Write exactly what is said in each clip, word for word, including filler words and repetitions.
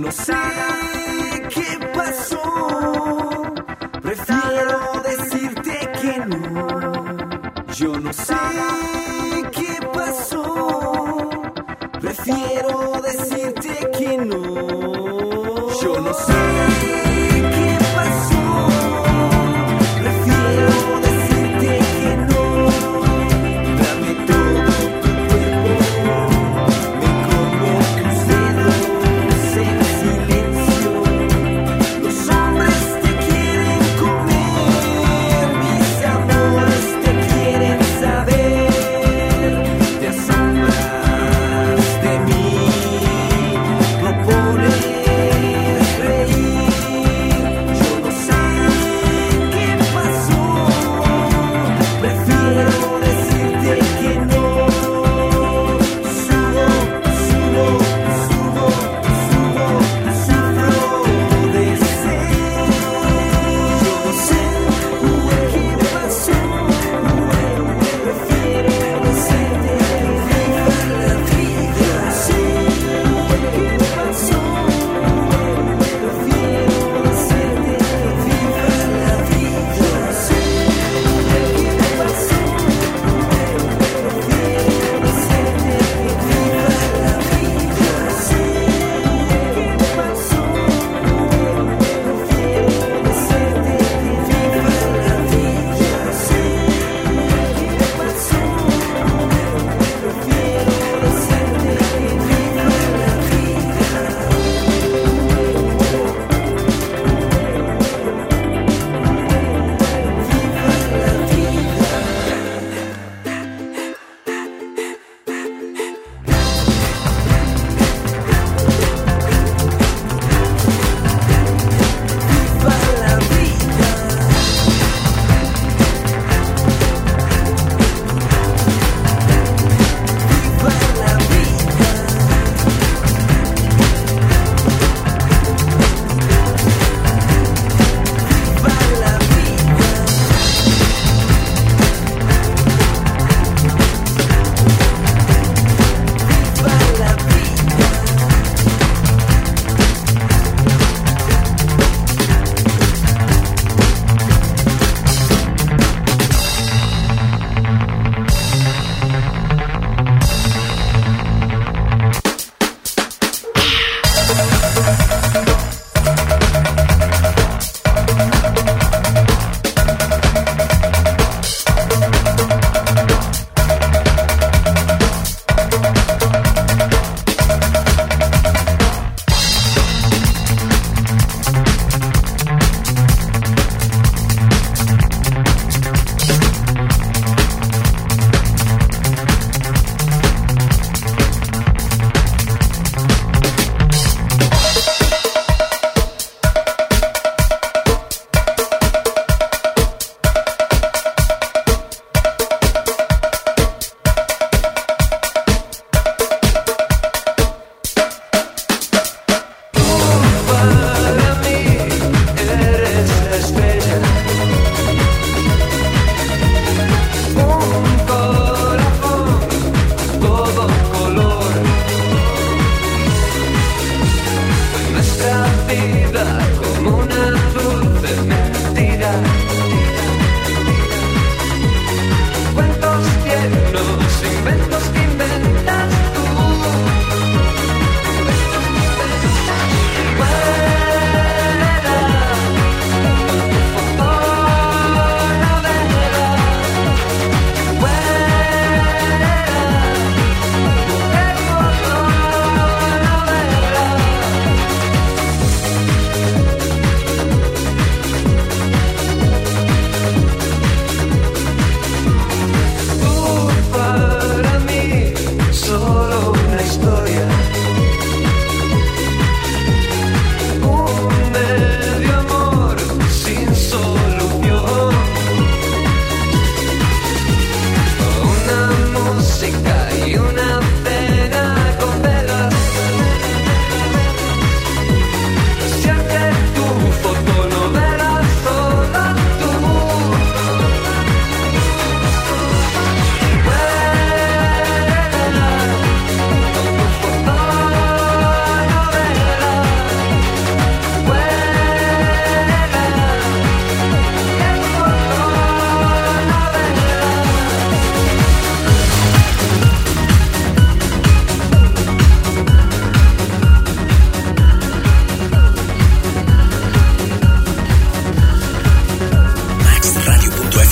no sé qué pasó. Prefiero decirte que no. Yo no sé qué pasó. Prefiero decirte que no. Yo no sé qué pasó. Prefiero decirte que no. Dame todo tu cuerpo. Me como tus dedos en silencio. Los hombres te quieren comer. Mis amores te quieren saber. Te asombras de mí. Propones reír.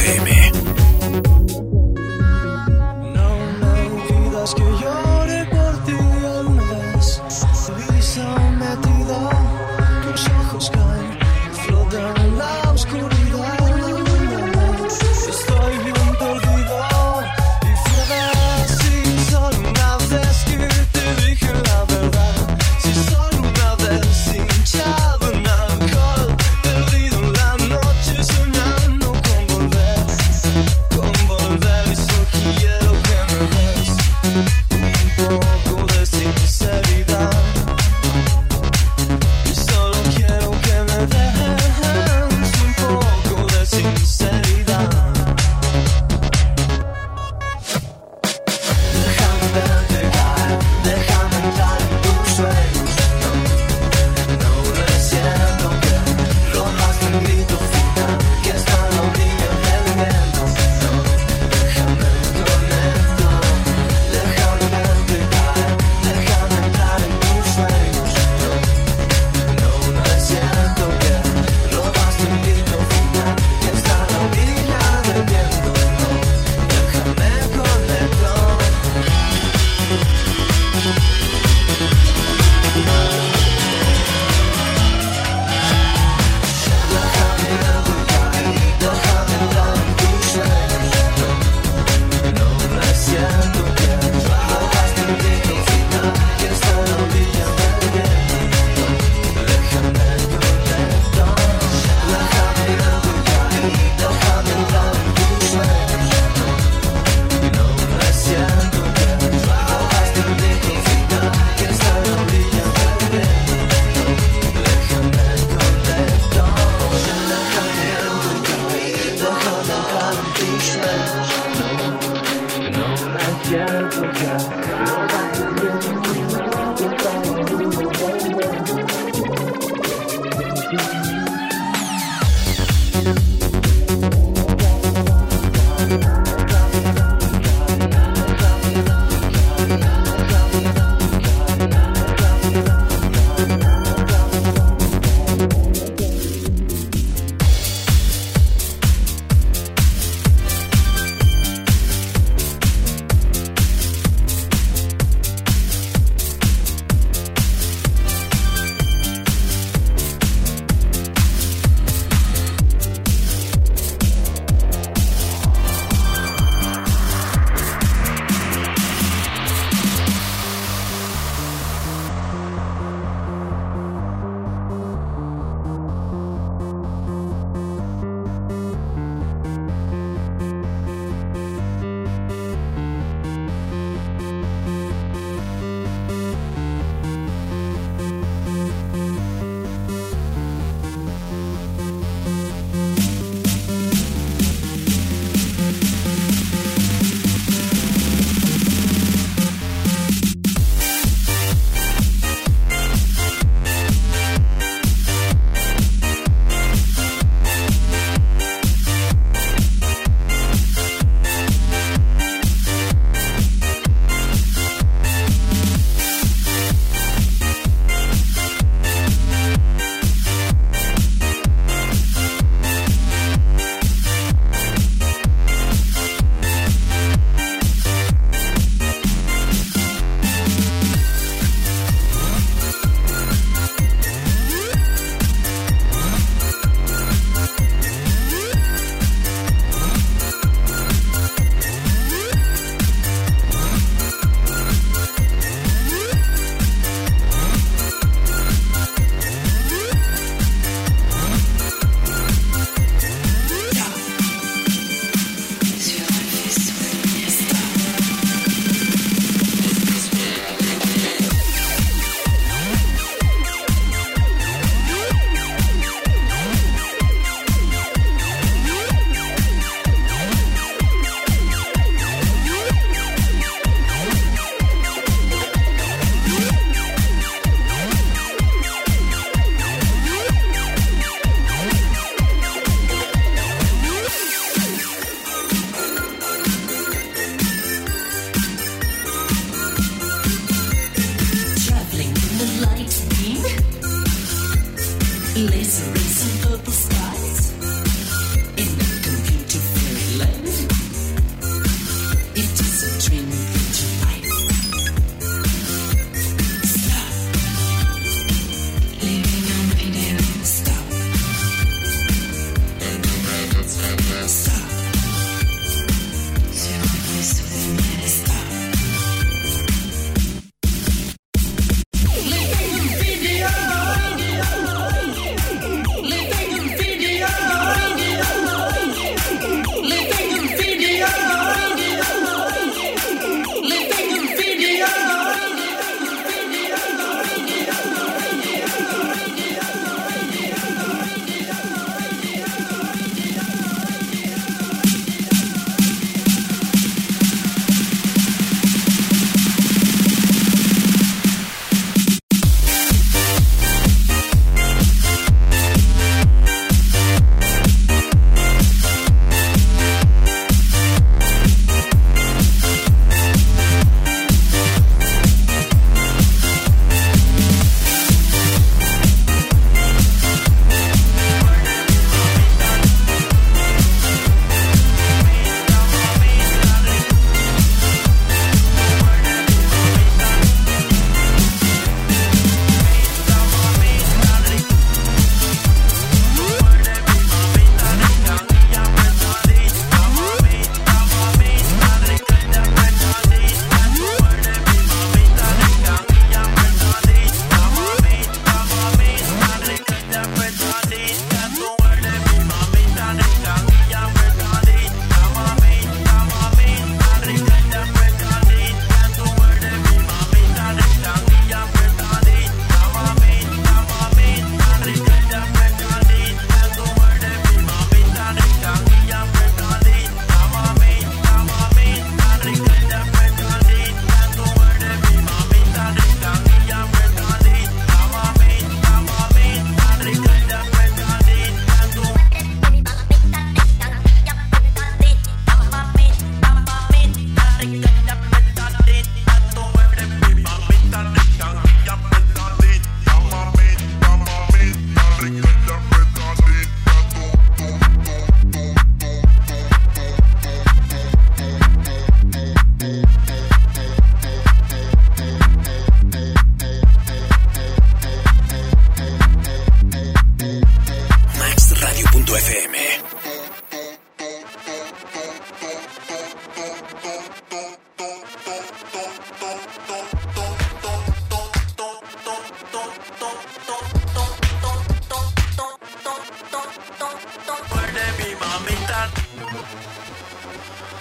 F M. No me pidas que llore por ti alguna vez. Brisa metida, tus ojos caen, flotan en la oscuridad. Estoy bien perdido y fuera si solo una vez que te dije la verdad. Si solo una vez hinchado en alcohol, perdido en la noche soñando con volver, con volver y solo quiero que me des un poco de sinceridad. Y solo quiero que me des un poco de sinceridad. Déjame verte caer, déjame entrar en tus sueños. No, no resiento que robaste un grito final que está en la orilla del viento. No, déjame conecto, déjame verte caer, déjame entrar en tus sueños. No, no resiento que robaste un grito final que está en la orilla del viento. No, déjame conecto.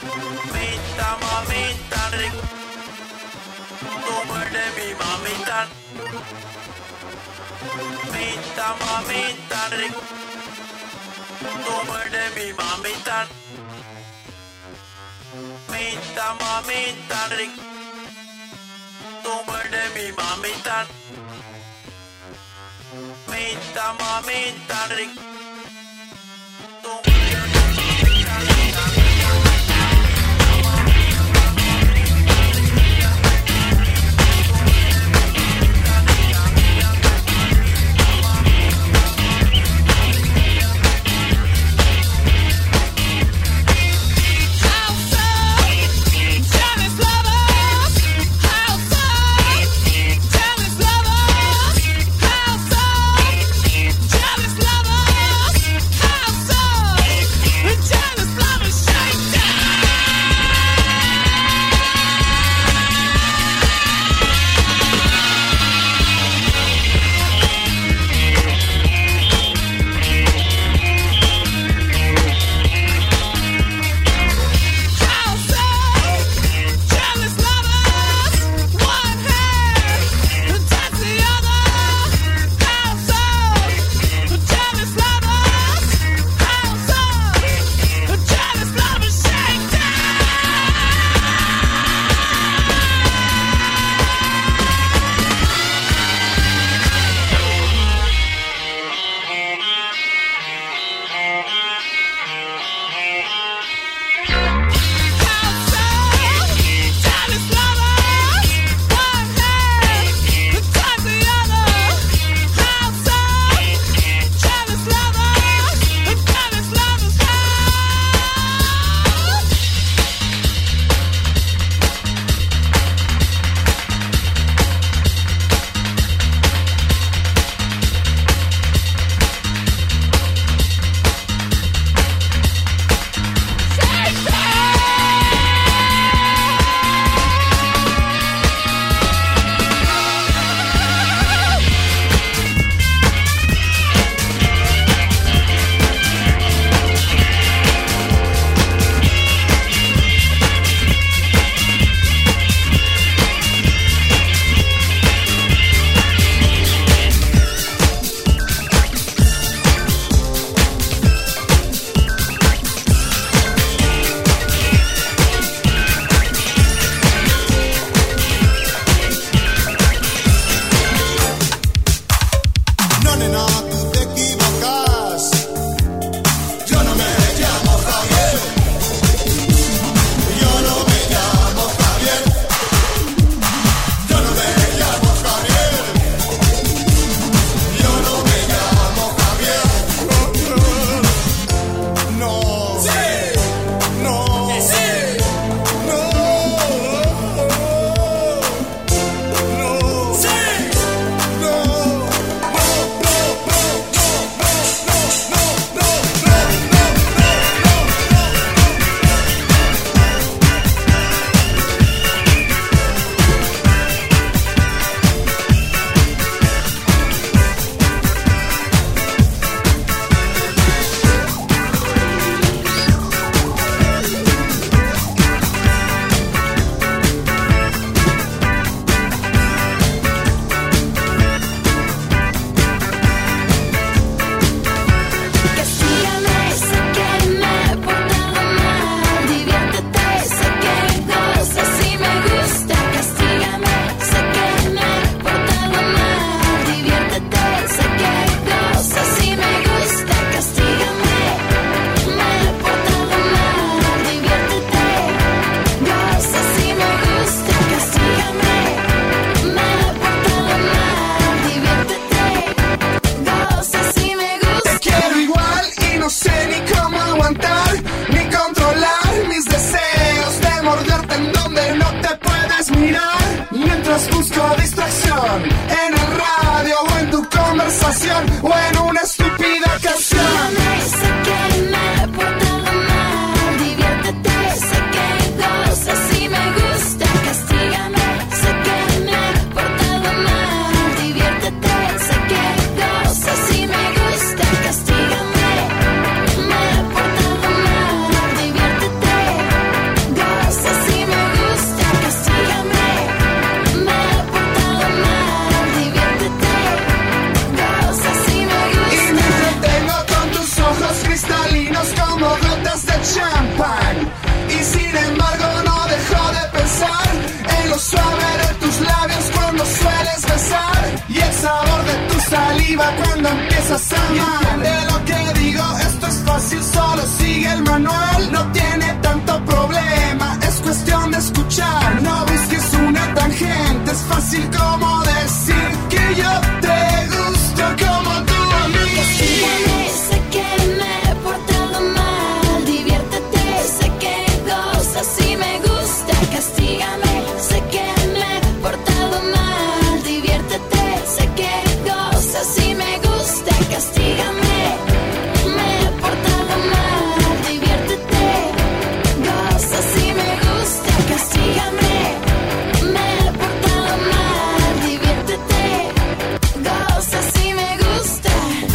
Mamita, mamita rica, tú muerdes mi mamita. Mamita, mamita rica, tú muerdes mi mamita. Mamita, mamita rica, tú muerdes mi mamita. Mamita, mamita rica. cosas aman. Entiende lo que digo, esto es fácil, solo sigue el manual. No tiene tanto problema, es cuestión de escuchar. No busques una tangente, es fácil como decir que yo te gusto como tú a mí. Castígame, sé que me he portado mal. Diviértete, sé que gozas y me gusta. Castígame, sé que me he portado mal. Diviértete, sé que gozas y me gusta. Castígame, me he portado mal. Diviértete, gozas y me gusta. Castígame, me he portado mal. Diviértete, gozas y me gusta.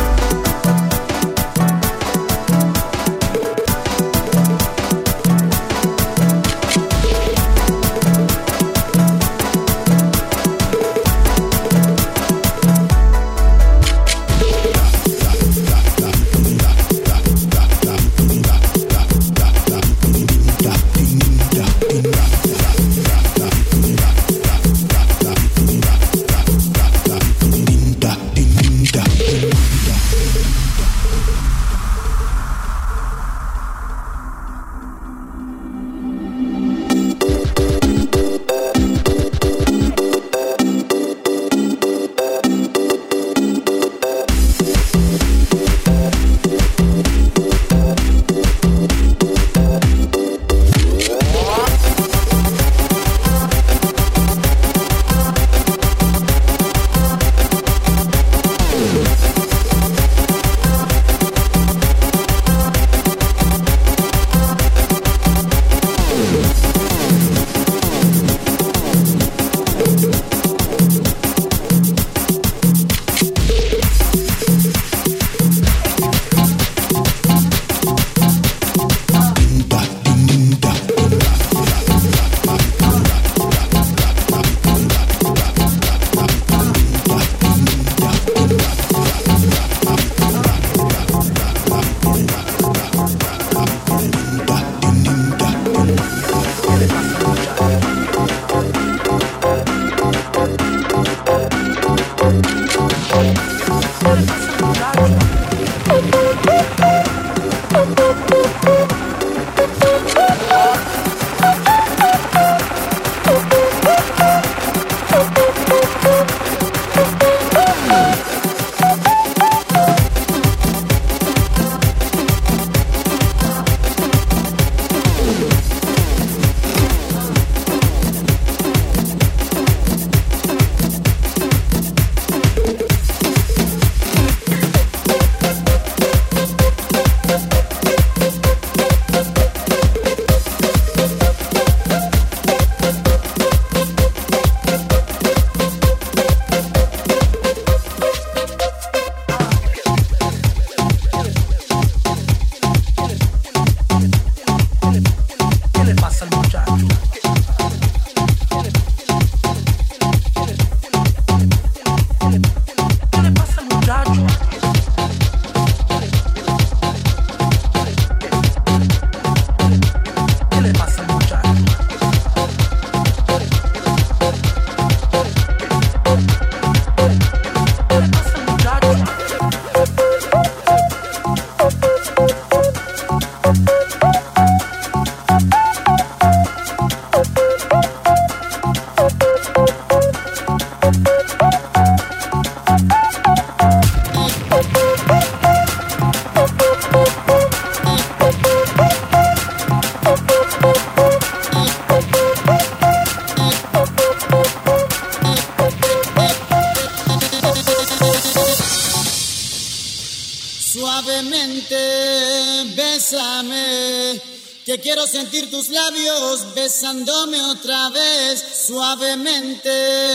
Bésame, que quiero sentir tus labios besándome otra vez, suavemente.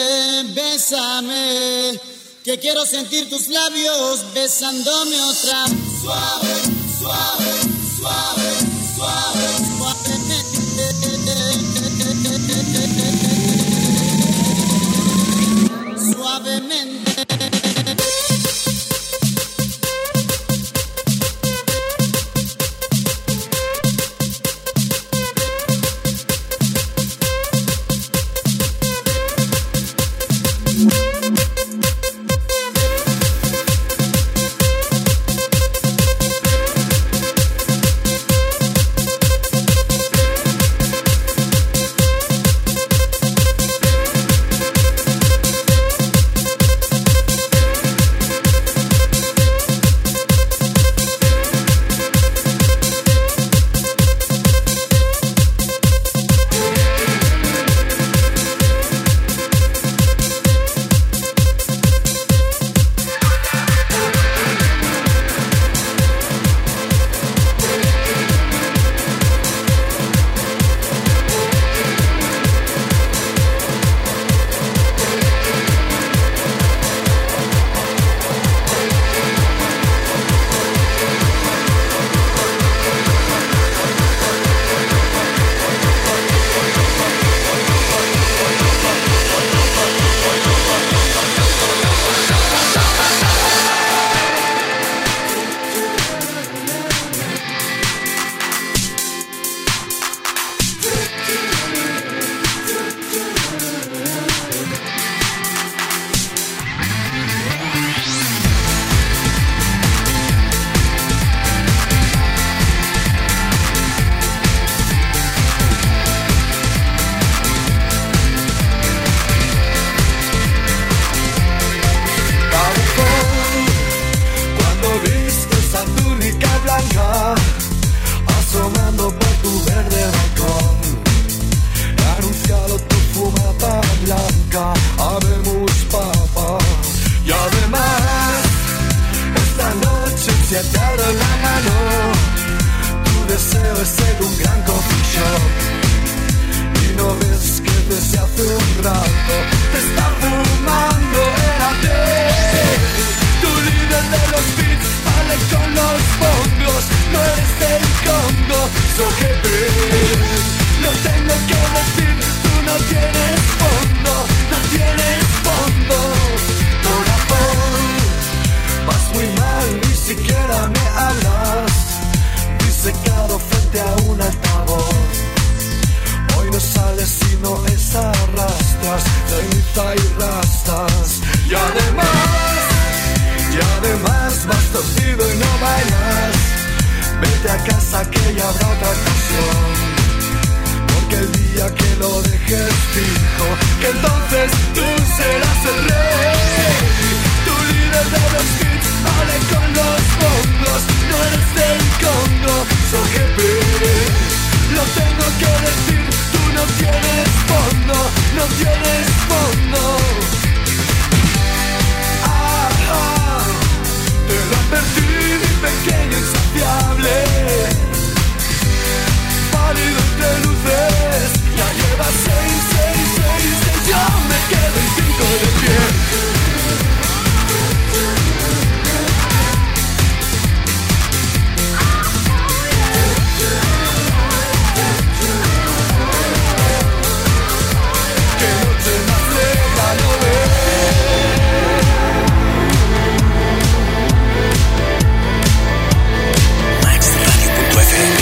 Bésame, que quiero sentir tus labios besándome otra vez. Suave, suave, suave, suave, suavemente. Suavemente. dejes fijo, que entonces tú serás el rey. Tu líder de los hits, vale con los bongos, no eres del Congo, soy G P. Lo tengo que decir, tú no tienes fondo, no tienes fondo. Ah, ah, te lo advertí, mi pequeño insaciable. Pálido entre luces, ya llevas seis, seis, seis, seis, yo me quedo en cinco de pie. Que noche más lejana no ves. maxradio punto f m.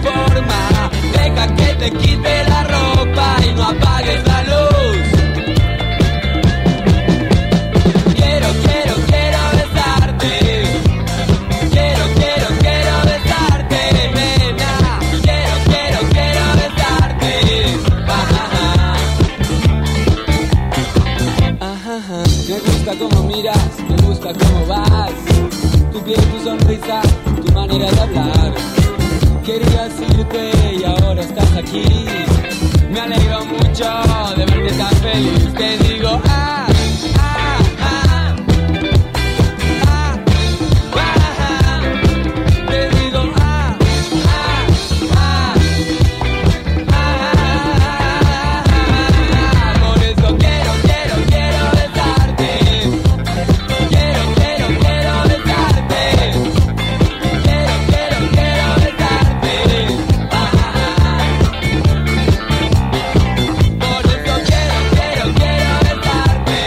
forma. Deja que te quite la ropa y no apagues la luz. Quiero, quiero, quiero besarte. Quiero, quiero, quiero besarte, nena. Quiero, quiero, quiero besarte. Ajá, ajá, ajá. Me gusta cómo miras, me gusta cómo vas. Tu piel, tu sonrisa, tu manera de hablar. Querías irte y ahora estás aquí. Me alegro mucho de verte tan feliz. Te digo, ah, ah, ah, ah, ah. Te digo, ah, ah, ah, ah. Por eso quiero, quiero, quiero besarte. Quiero, quiero, quiero besarte. Quiero, quiero, quiero besarte. Ah, ah, ah. Por eso quiero, quiero, quiero besarte.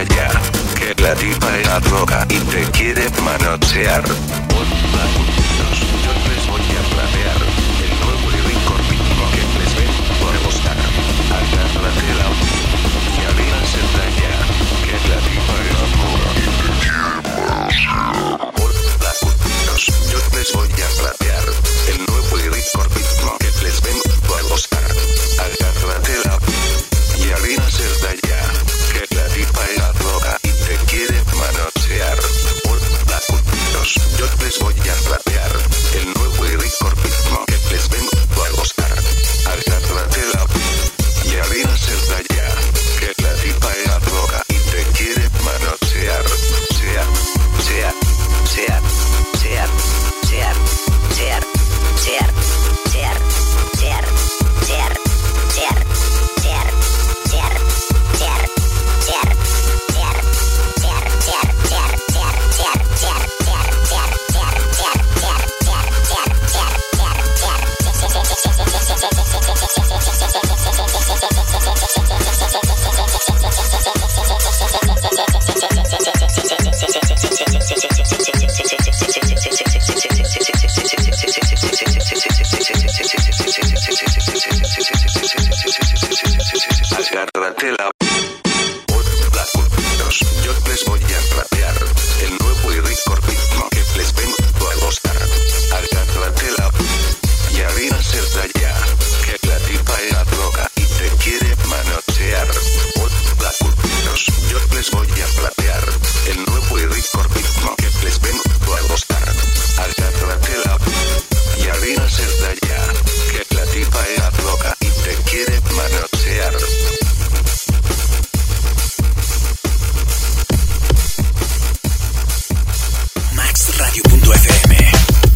ya, que la tipa era droga y te quiere manosear. Hola putitos, yo les voy a rapear el nuevo y rico ritmo que les vengo a gustar. Agárratela y avínasela ya, que la tipa era droga y te quiere manosear. Hola putitos, yo les voy a rapear el nuevo y rico ritmo que les vengo a gustar. Agárratela y avínasela ya, que la tipa era droga y te quiere manosear. Hola putitos, yo les voy a rapear el nuevo y rico ritmo que les vengo a gustar. Agárratela y avínasela ya, que la tipa era droga y te quiere manosear. Sea, sea, sea, sea, sea, sea, sea, sea, sea, sea, agárratela. Hola putitos, yo les voy a rapear el nuevo y rico ritmo que les vengo a gustar. Agárratela y avínasela ya, que la tipa era droga y te quiere manosear. Hola putitos, yo les voy a rapear el nuevo y rico ritmo que les vengo a gustar. Agárratela y avínasela ya, que la tipa era droga y te quiere manosear. max radio punto f m.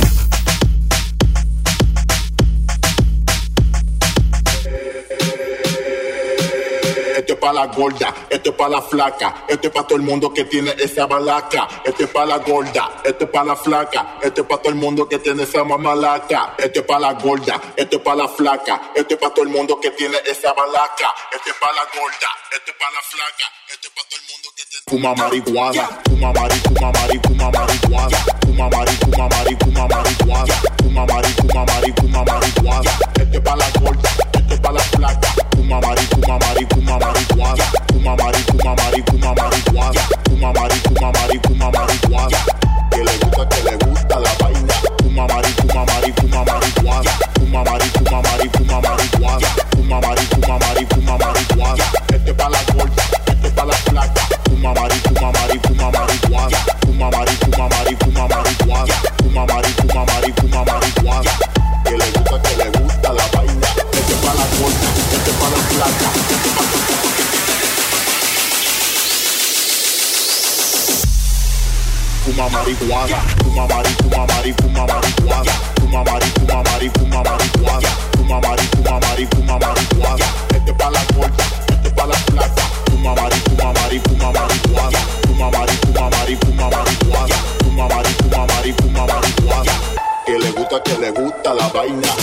Esto es pa' la gorda, esto es pa' la flaca, esto es pa' todo el mundo que tiene esa balaca. Esto es pa' la gorda, esto es pa' la flaca, esto es pa' todo el mundo que tiene esa mamalaca. Esto es pa' la gorda, esto es pa' la flaca, esto es pa' todo el mundo que tiene esa balaca. Esto es pa' la gorda, esto es pa' la flaca, esto es pa' todo el mundo que tiene fuma marihuana, fuma mari, fuma mari, fuma marihuana, fuma mari, fuma mari, fuma marihuana, fuma mari, fuma mari, fuma marihuana. Esto es pa' la gorda, esto es pa' la flaca, fuma mari, fuma mari, fuma marihuana, fuma mari, fuma mari, fuma marihuana, fuma mari, fuma mari, fuma marihuana. Que le gusta, que le gusta la vaina. Fuma mari, fuma mari, fuma marihuana, fuma mari, fuma mari, fuma marihuana, fuma mari, fuma mari, fuma marihuana. Este es pa' la gorda, este es pa' la flaca. Fuma mari, fuma mari, fuma marihuana, fuma mari, fuma mari, fuma marihuana, fuma mari, fuma mari, fuma marihuana. Que le gusta, que le gusta la vaina. Este es pa' la gorda, este es pa' la flaca, este es pa' la fuma marihuana, fuma mari, fuma mari, fuma marihuana, fuma mari, fuma mari, fuma marihuana, fuma mari, fuma mari, fuma marihuana. Este es pa' la gorda, este es pa' la flaca. Fuma mari, fuma mari, fuma marihuana, fuma mari, fuma mari, fuma marihuana, fuma mari, fuma mari, fuma marihuana. Que le gusta, que le gusta la vaina.